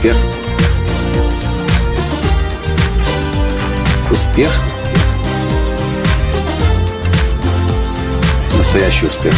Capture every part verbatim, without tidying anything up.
Успех. Успех. Настоящий успех.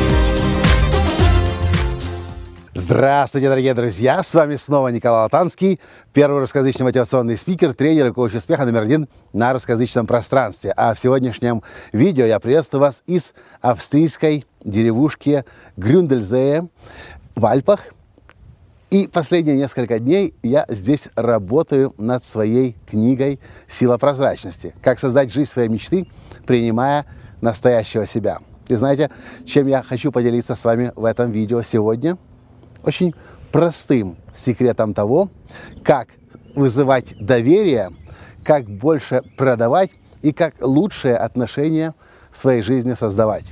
Здравствуйте, дорогие друзья! С вами снова Николай Латанский, первый русскоязычный мотивационный спикер, тренер и коуч успеха номер один на русскоязычном пространстве. А в сегодняшнем видео я приветствую вас из австрийской деревушки Грюндельзее в Альпах. И последние несколько дней я здесь работаю над своей книгой «Сила прозрачности. Как создать жизнь своей мечты, принимая настоящего себя». И знаете, чем я хочу поделиться с вами в этом видео сегодня? Очень простым секретом того, как вызывать доверие, как больше продавать и как лучшие отношения в своей жизни создавать.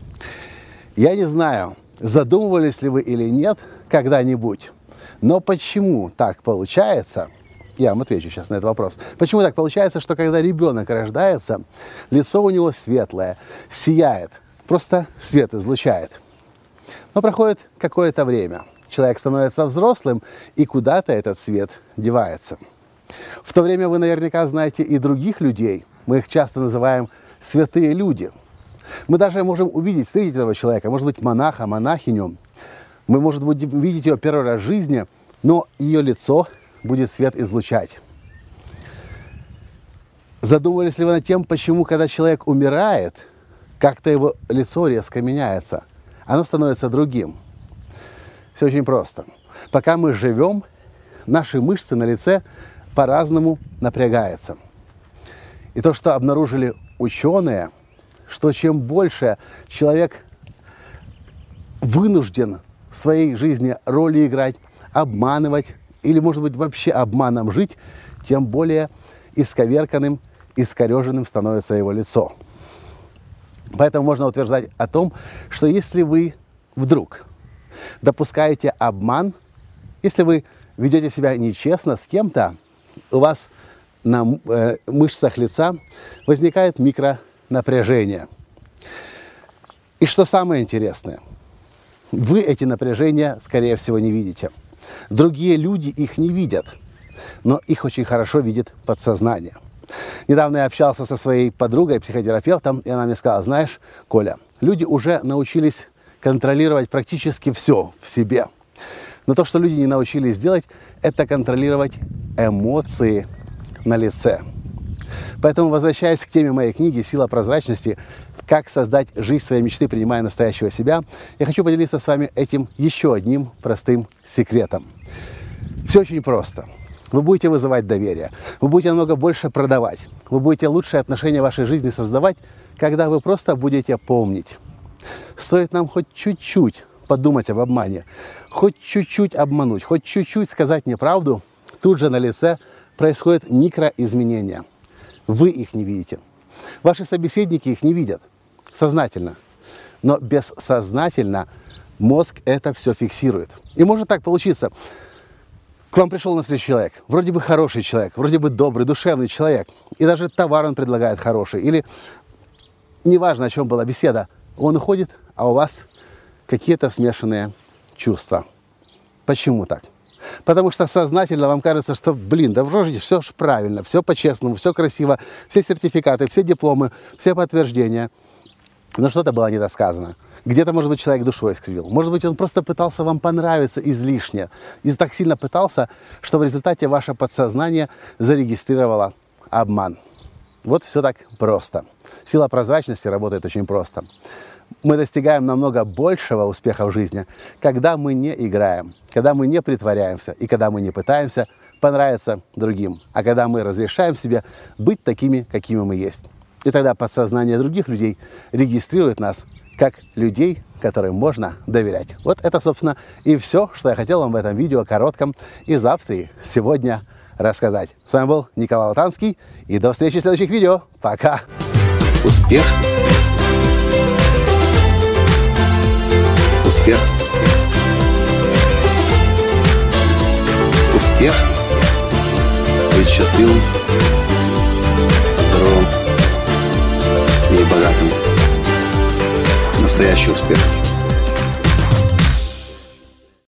Я не знаю, задумывались ли вы или нет когда-нибудь, но почему так получается, я вам отвечу сейчас на этот вопрос, почему так получается, что когда ребенок рождается, лицо у него светлое, сияет, просто свет излучает. Но проходит какое-то время, человек становится взрослым, и куда-то этот свет девается. В то время вы наверняка знаете и других людей, мы их часто называем святые люди. Мы даже можем увидеть, встретить этого человека, может быть, монаха, монахиню. Мы, может быть, видеть ее первый раз в жизни, но ее лицо будет свет излучать. Задумывались ли вы над тем, почему, когда человек умирает, как-то его лицо резко меняется? Оно становится другим. Все очень просто. Пока мы живем, наши мышцы на лице по-разному напрягаются. И то, что обнаружили ученые, что чем больше человек вынужден в своей жизни роли играть, обманывать или, может быть, вообще обманом жить, тем более исковерканным, искореженным становится его лицо. Поэтому можно утверждать о том, что если вы вдруг допускаете обман, если вы ведете себя нечестно с кем-то, у вас на э, мышцах лица возникает микронапряжение. И что самое интересное, вы эти напряжения, скорее всего, не видите. Другие люди их не видят, но их очень хорошо видит подсознание. Недавно я общался со своей подругой, психотерапевтом, и она мне сказала: знаешь, Коля, люди уже научились контролировать практически все в себе. Но то, что люди не научились делать, это контролировать эмоции на лице. Поэтому, возвращаясь к теме моей книги «Сила прозрачности. Как создать жизнь своей мечты, принимая настоящего себя», я хочу поделиться с вами этим еще одним простым секретом. Все очень просто. Вы будете вызывать доверие, вы будете намного больше продавать, вы будете лучшие отношения в вашей жизни создавать, когда вы просто будете помнить. Стоит нам хоть чуть-чуть подумать об обмане, хоть чуть-чуть обмануть, хоть чуть-чуть сказать неправду, тут же на лице происходят микроизменения. Вы их не видите. Ваши собеседники их не видят сознательно. Но бессознательно мозг это все фиксирует. И может так получиться. К вам пришел на встречу человек, вроде бы хороший человек, вроде бы добрый, душевный человек. И даже товар он предлагает хороший. Или неважно, о чем была беседа, он уходит, а у вас какие-то смешанные чувства. Почему так? Потому что сознательно вам кажется, что, блин, да вроде все же правильно, все по-честному, все красиво, все сертификаты, все дипломы, все подтверждения. Но что-то было недосказано. Где-то, может быть, человек душой искривил. Может быть, он просто пытался вам понравиться излишне. И так сильно пытался, что в результате ваше подсознание зарегистрировало обман. Вот все так просто. Сила прозрачности работает очень просто. Мы достигаем намного большего успеха в жизни, когда мы не играем, когда мы не притворяемся и когда мы не пытаемся понравиться другим, а когда мы разрешаем себе быть такими, какими мы есть. И тогда подсознание других людей регистрирует нас как людей, которым можно доверять. Вот это, собственно, и все, что я хотел вам в этом видео коротком из Австрии сегодня рассказать. С вами был Николай Латанский, и до встречи в следующих видео. Пока! Успех. Успех. Успех. Быть счастливым, здоровым и богатым. Настоящий успех.